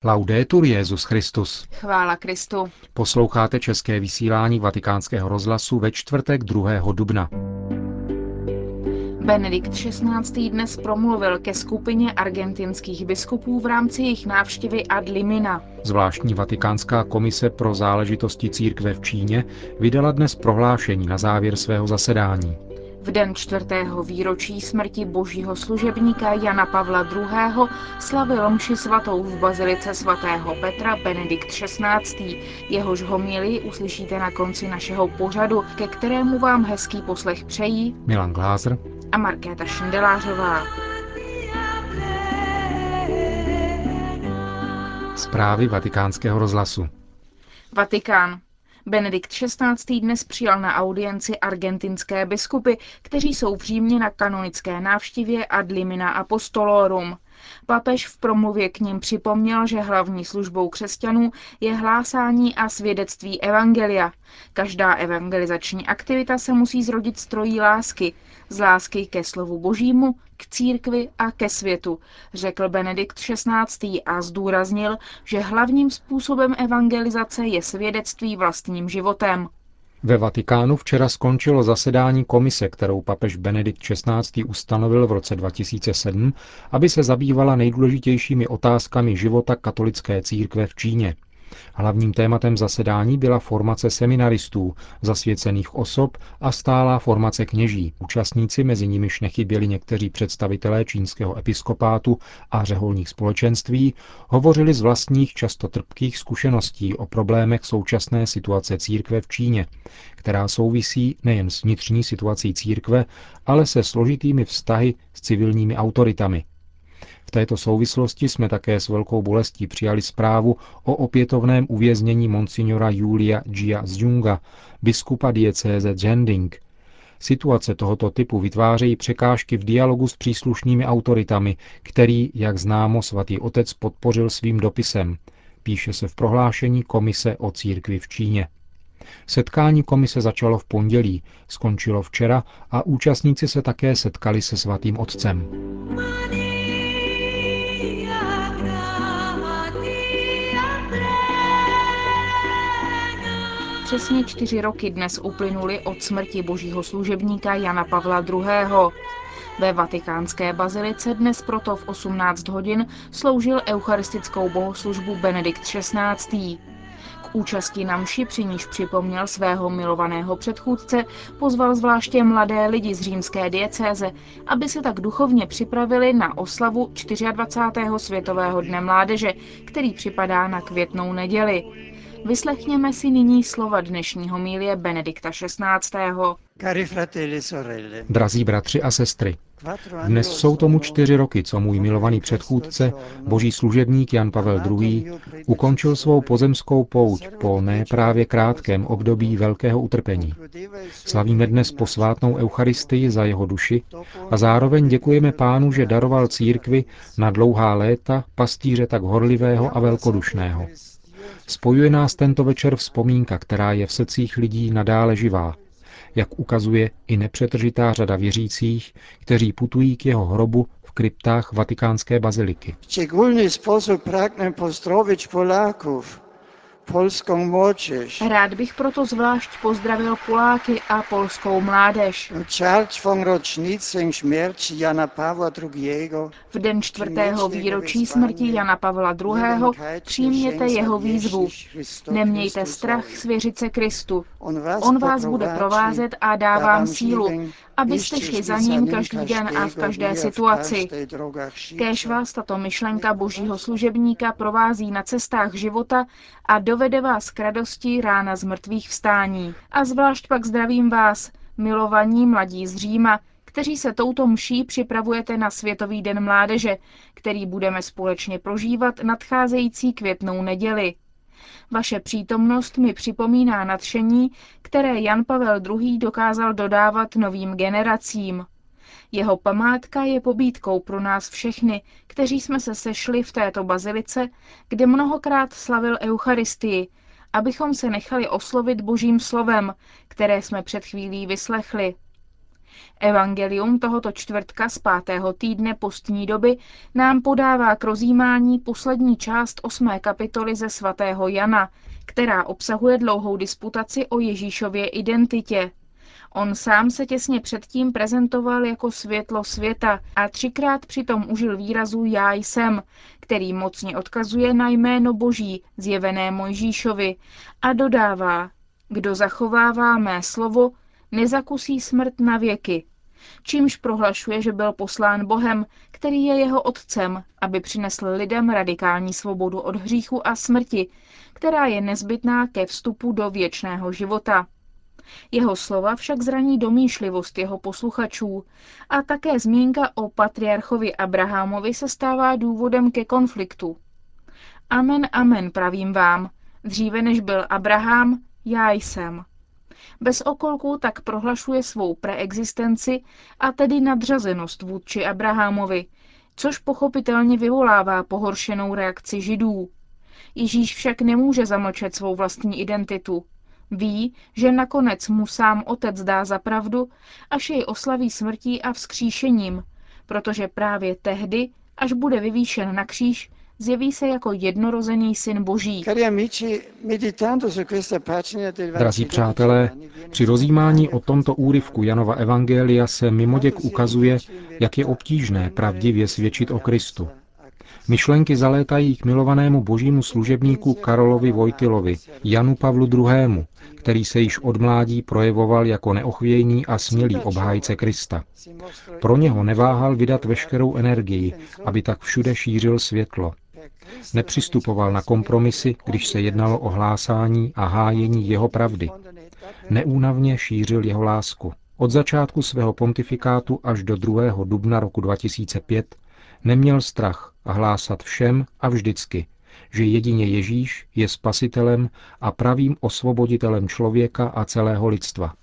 Laudetur Jesus Christus. Chvála Kristu. Posloucháte české vysílání Vatikánského rozhlasu ve čtvrtek 2. dubna. Benedikt XVI. Dnes promluvil ke skupině argentinských biskupů v rámci jejich návštěvy ad limina. Zvláštní vatikánská komise pro záležitosti církve v Číně vydala dnes prohlášení na závěr svého zasedání. V den 4. výročí smrti božího služebníka Jana Pavla II. Slavil mši svatou v bazilice svatého Petra Benedikt XVI. Jehož homilii uslyšíte na konci našeho pořadu, ke kterému vám hezký poslech přejí Milan Glázer a Markéta Šindelářová. Zprávy Vatikánského rozhlasu. Vatikán. Benedikt XVI. Dnes přijal na audienci argentinské biskupy, kteří jsou v Římě na kanonické návštěvě ad limina apostolorum. Papež v promluvě k nim připomněl, že hlavní službou křesťanů je hlásání a svědectví evangelia. Každá evangelizační aktivita se musí zrodit z trojí lásky. Z lásky ke slovu božímu, k církvi a ke světu, řekl Benedikt XVI. A zdůraznil, že hlavním způsobem evangelizace je svědectví vlastním životem. Ve Vatikánu včera skončilo zasedání komise, kterou papež Benedikt XVI. Ustanovil v roce 2007, aby se zabývala nejdůležitějšími otázkami života katolické církve v Číně. Hlavním tématem zasedání byla formace seminaristů, zasvěcených osob a stálá formace kněží. Účastníci, mezi nimiž nechyběli někteří představitelé čínského episkopátu a řeholních společenství, hovořili z vlastních často trpkých zkušeností o problémech současné situace církve v Číně, která souvisí nejen s vnitřní situací církve, ale se složitými vztahy s civilními autoritami. V této souvislosti jsme také s velkou bolestí přijali zprávu o opětovném uvěznění monsignora Julia Jia Zjunga, biskupa diecéze Zhending. Situace tohoto typu vytvářejí překážky v dialogu s příslušnými autoritami, který, jak známo, svatý otec podpořil svým dopisem. Píše se v prohlášení komise o církvi v Číně. Setkání komise začalo v pondělí, skončilo včera a účastníci se také setkali se svatým otcem. Přesně 4 roky dnes uplynuly od smrti božího služebníka Jana Pavla II. Ve vatikánské bazilice dnes proto v 18 hodin sloužil eucharistickou bohoslužbu Benedikt XVI. K účasti na mši, při níž připomněl svého milovaného předchůdce, pozval zvláště mladé lidi z římské diecéze, aby se tak duchovně připravili na oslavu 24. Světového dne mládeže, který připadá na Květnou neděli. Vyslechněme si nyní slova dnešní homilie Benedikta XVI. Drazí bratři a sestry, dnes jsou tomu 4 roky, co můj milovaný předchůdce, boží služebník Jan Pavel II. Ukončil svou pozemskou pouť po ne právě krátkém období velkého utrpení. Slavíme dnes posvátnou eucharistii za jeho duši a zároveň děkujeme Pánu, že daroval církvi na dlouhá léta pastýře tak horlivého a velkodušného. Spojuje nás tento večer vzpomínka, která je v srdcích lidí nadále živá, jak ukazuje i nepřetržitá řada věřících, kteří putují k jeho hrobu v kryptách vatikánské baziliky. Rád bych proto zvlášť pozdravil Poláky a polskou mládež. V den 4. výročí smrti Jana Pavla II. Přijměte jeho výzvu. Nemějte strach svěřit se Kristu. On vás bude provázet a dá vám sílu, abyste šli za ním každý den a v každé situaci. Kéž vás tato myšlenka božího služebníka provází na cestách života a dovede vás k radosti rána z mrtvých vstání. A zvlášť pak zdravím vás, milovaní mladí z Říma, kteří se touto mší připravujete na Světový den mládeže, který budeme společně prožívat nadcházející Květnou neděli. Vaše přítomnost mi připomíná nadšení, které Jan Pavel II. Dokázal dodávat novým generacím. Jeho památka je pobídkou pro nás všechny, kteří jsme se sešli v této bazilice, kde mnohokrát slavil Eucharistii, abychom se nechali oslovit Božím slovem, které jsme před chvílí vyslechli. Evangelium tohoto čtvrtka z 5. týdne postní doby nám podává k rozjímání poslední část 8. kapitoly ze svatého Jana, která obsahuje dlouhou disputaci o Ježíšově identitě. On sám se těsně předtím prezentoval jako světlo světa a 3krát přitom užil výrazu já jsem, který mocně odkazuje na jméno Boží zjevené Mojžíšovi a dodává, kdo zachovává mé slovo, nezakusí smrt na věky, čímž prohlašuje, že byl poslán Bohem, který je jeho otcem, aby přinesl lidem radikální svobodu od hříchu a smrti, která je nezbytná ke vstupu do věčného života. Jeho slova však zraní domýšlivost jeho posluchačů a také zmínka o patriarchovi Abrahamovi se stává důvodem ke konfliktu. Amen, amen, pravím vám, dříve než byl Abraham, já jsem. Bez okolků tak prohlašuje svou preexistenci a tedy nadřazenost vůdči Abrahamovi, což pochopitelně vyvolává pohoršenou reakci Židů. Ježíš však nemůže zamlčet svou vlastní identitu. Ví, že nakonec mu sám Otec dá za pravdu, až jej oslaví smrtí a vzkříšením, protože právě tehdy, až bude vyvýšen na kříž, zjeví se jako jednorozený Syn Boží. Drazí přátelé, při rozjímání o tomto úryvku Janova evangelia se mimoděk ukazuje, jak je obtížné pravdivě svědčit o Kristu. Myšlenky zalétají k milovanému božímu služebníku Karolovi Vojtilovi, Janu Pavlu II., který se již od mládí projevoval jako neochvějný a smělý obhájce Krista. Pro něho neváhal vydat veškerou energii, aby tak všude šířil světlo. Nepřistupoval na kompromisy, když se jednalo o hlásání a hájení jeho pravdy. Neúnavně šířil jeho lásku. Od začátku svého pontifikátu až do 2. dubna roku 2005 neměl strach a hlásat všem a vždycky, že jedině Ježíš je spasitelem a pravým osvoboditelem člověka a celého lidstva.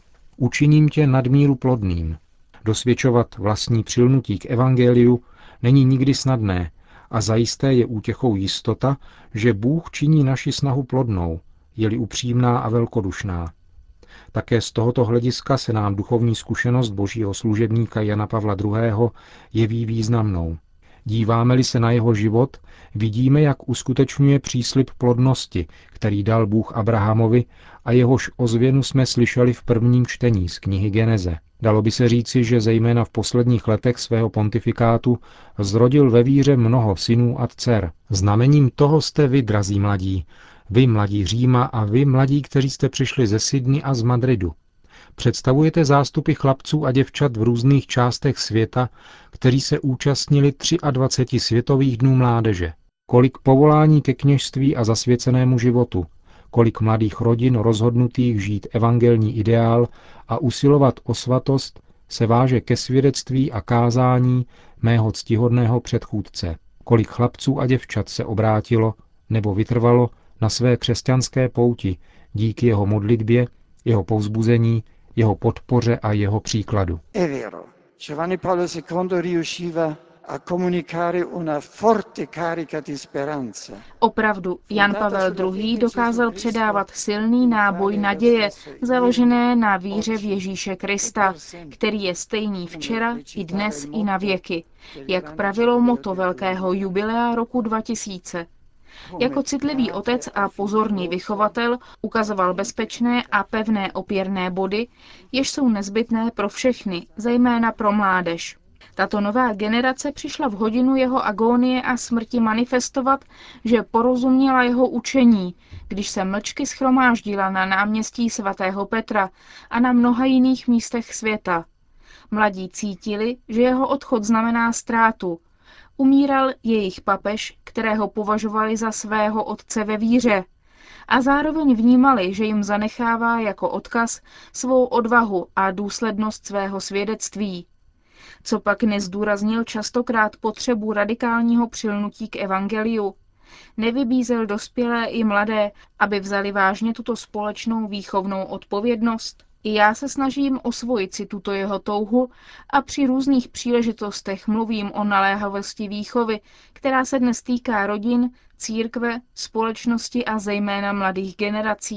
Učiním tě nadmíru plodným. Dosvědčovat vlastní přilnutí k evangeliu není nikdy snadné a zajisté je útěchou jistota, že Bůh činí naši snahu plodnou, je-li upřímná a velkodušná. Také z tohoto hlediska se nám duchovní zkušenost božího služebníka Jana Pavla II. Jeví významnou. Díváme-li se na jeho život, vidíme, jak uskutečňuje příslib plodnosti, který dal Bůh Abrahamovi a jehož ozvěnu jsme slyšeli v prvním čtení z knihy Geneze. Dalo by se říci, že zejména v posledních letech svého pontifikátu zrodil ve víře mnoho synů a dcer. Znamením toho jste vy, drazí mladí, vy mladí Říma a vy mladí, kteří jste přišli ze Sydney a z Madridu. Představujete zástupy chlapců a děvčat v různých částech světa, kteří se účastnili 23 světových dnů mládeže. Kolik povolání ke kněžství a zasvěcenému životu, kolik mladých rodin rozhodnutých žít evangelní ideál a usilovat o svatost se váže ke svědectví a kázání mého ctihodného předchůdce. Kolik chlapců a děvčat se obrátilo nebo vytrvalo na své křesťanské pouti díky jeho modlitbě, jeho povzbuzení, jeho podpoře a jeho příkladu. Giovanni Paolo II riusciva a comunicare una forte carica di speranza. Opravdu, Jan Pavel II. Dokázal předávat silný náboj naděje, založené na víře v Ježíše Krista, který je stejný včera, i dnes, i na věky, jak pravilo motto velkého jubilea roku 2000. Jako citlivý otec a pozorný vychovatel ukazoval bezpečné a pevné opěrné body, jež jsou nezbytné pro všechny, zejména pro mládež. Tato nová generace přišla v hodinu jeho agónie a smrti manifestovat, že porozuměla jeho učení, když se mlčky shromáždila na náměstí svatého Petra a na mnoha jiných místech světa. Mladí cítili, že jeho odchod znamená ztrátu. Umíral jejich papež, kterého považovali za svého otce ve víře, a zároveň vnímali, že jim zanechává jako odkaz svou odvahu a důslednost svého svědectví. Copak nezdůraznil častokrát potřebu radikálního přilnutí k evangeliu? Nevybízel dospělé i mladé, aby vzali vážně tuto společnou výchovnou odpovědnost? I já se snažím osvojit si tuto jeho touhu a při různých příležitostech mluvím o naléhavosti výchovy, která se dnes týká rodin, církve, společnosti a zejména mladých generací.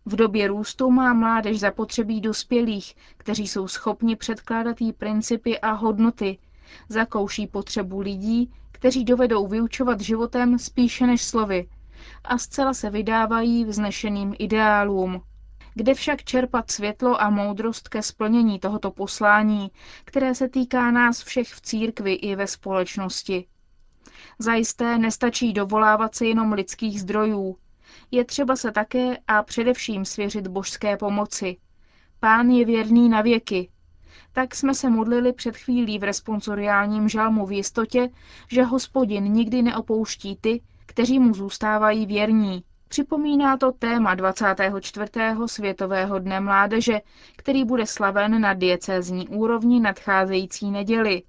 V době růstu má mládež zapotřebí dospělých, kteří jsou schopni předkládat jí principy a hodnoty. Zakouší potřebu lidí, kteří dovedou vyučovat životem spíše než slovy a zcela se vydávají vznešeným ideálům. Kde však čerpat světlo a moudrost ke splnění tohoto poslání, které se týká nás všech v církvi i ve společnosti? Zajisté nestačí dovolávat se jenom lidských zdrojů. Je třeba se také a především svěřit božské pomoci. Pán je věrný na věky. Tak jsme se modlili před chvílí v responsoriálním žalmu v jistotě, že Hospodin nikdy neopouští ty, kteří mu zůstávají věrní. Připomíná to téma 24. Světového dne mládeže, který bude slaven na diecézní úrovni nadcházející neděli.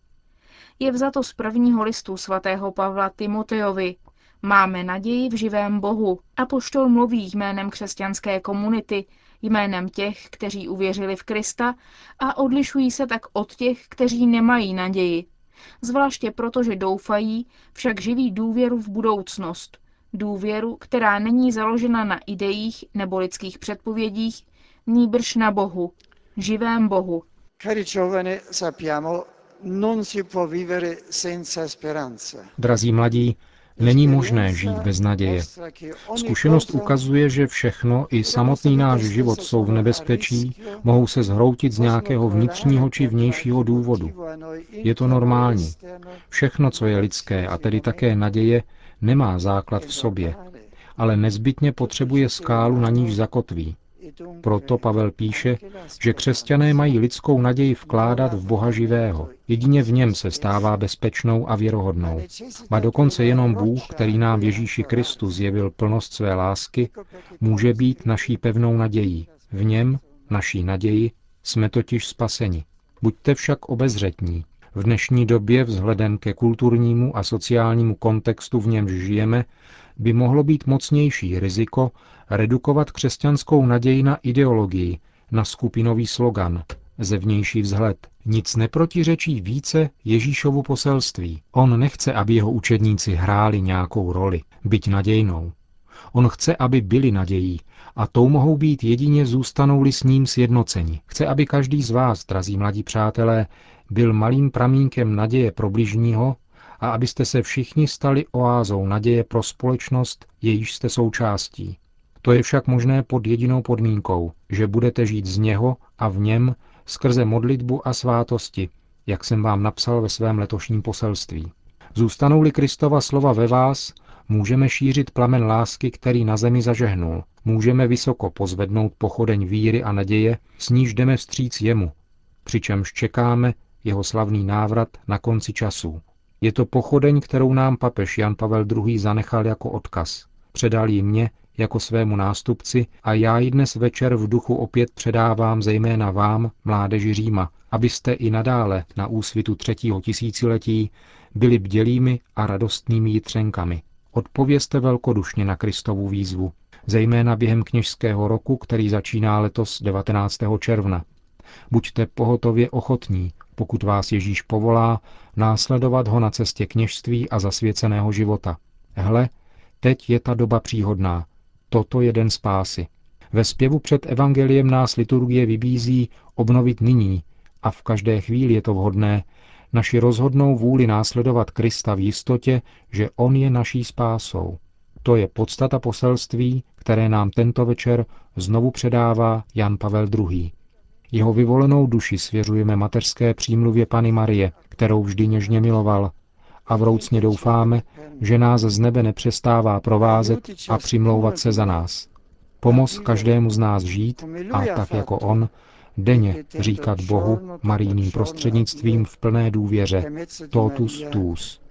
Je vzato z prvního listu svatého Pavla Timotejovi. Máme naději v živém Bohu. Apoštol mluví jménem křesťanské komunity, jménem těch, kteří uvěřili v Krista a odlišují se tak od těch, kteří nemají naději. Zvláště proto, že doufají, však živí důvěru v budoucnost. Důvěru, která není založena na ideích nebo lidských předpovědích, nýbrž na Bohu, živém Bohu. Cari giovani, sappiamo, non si può vivere senza speranza. Drazí mladí, není možné žít bez naděje. Zkušenost ukazuje, že všechno, i samotný náš život jsou v nebezpečí, mohou se zhroutit z nějakého vnitřního či vnějšího důvodu. Je to normální. Všechno, co je lidské, a tedy také naděje, nemá základ v sobě, ale nezbytně potřebuje skálu, na níž zakotví. Proto Pavel píše, že křesťané mají lidskou naději vkládat v Boha živého. Jedině v něm se stává bezpečnou a věrohodnou. Ba dokonce jenom Bůh, který nám v Ježíši Kristu zjevil plnost své lásky, může být naší pevnou nadějí. V něm, naší naději, jsme totiž spaseni. Buďte však obezřetní. V dnešní době vzhledem ke kulturnímu a sociálnímu kontextu, v němž žijeme, by mohlo být mocnější riziko redukovat křesťanskou naději na ideologii, na skupinový slogan, zevnější vzhled. Nic neprotiřečí více Ježíšovu poselství. On nechce, aby jeho učedníci hráli nějakou roli, byť nadějnou. On chce, aby byli nadějí, a tou mohou být jedině zůstanou-li s ním sjednoceni. Chce, aby každý z vás, drazí mladí přátelé, byl malým pramínkem naděje pro bližního a abyste se všichni stali oázou naděje pro společnost, jejíž jste součástí. To je však možné pod jedinou podmínkou, že budete žít z něho a v něm skrze modlitbu a svátosti, jak jsem vám napsal ve svém letošním poselství. Zůstanou-li Kristova slova ve vás, můžeme šířit plamen lásky, který na zemi zažehnul. Můžeme vysoko pozvednout pochodeň víry a naděje, s níž jdeme vstříc jemu, přičemž čekáme jeho slavný návrat na konci časů. Je to pochodeň, kterou nám papež Jan Pavel II. Zanechal jako odkaz. Předal ji mně jako svému nástupci a já ji dnes večer v duchu opět předávám zejména vám, mládeži Říma, abyste i nadále na úsvitu 3. tisíciletí byli bdělými a radostnými jitřenkami. Odpovězte velkodušně na Kristovu výzvu, zejména během kněžského roku, který začíná letos 19. června. Buďte pohotově ochotní, pokud vás Ježíš povolá, následovat ho na cestě kněžství a zasvěceného života. Hle, teď je ta doba příhodná. Toto je den spásy. Ve zpěvu před evangeliem nás liturgie vybízí obnovit nyní, a v každé chvíli je to vhodné, naši rozhodnou vůli následovat Krista v jistotě, že on je naší spásou. To je podstata poselství, které nám tento večer znovu předává Jan Pavel II. Jeho vyvolenou duši svěřujeme mateřské přímluvě Panny Marie, kterou vždy něžně miloval, a vroucně doufáme, že nás z nebe nepřestává provázet a přimlouvat se za nás. Pomoz každému z nás žít a tak jako on, denně říkat Bohu Marijným prostřednictvím v plné důvěře totus tuus.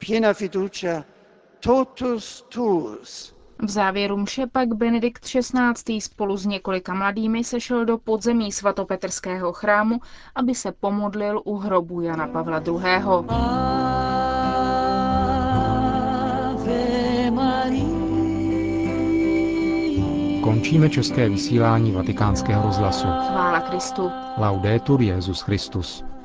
V závěru mše pak Benedikt XVI. Spolu s několika mladými sešel do podzemí svatopetrského chrámu, aby se pomodlil u hrobu Jana Pavla II. Končíme české vysílání Vatikánského rozhlasu. Chvála Kristu. Laudetur Jesus Christus.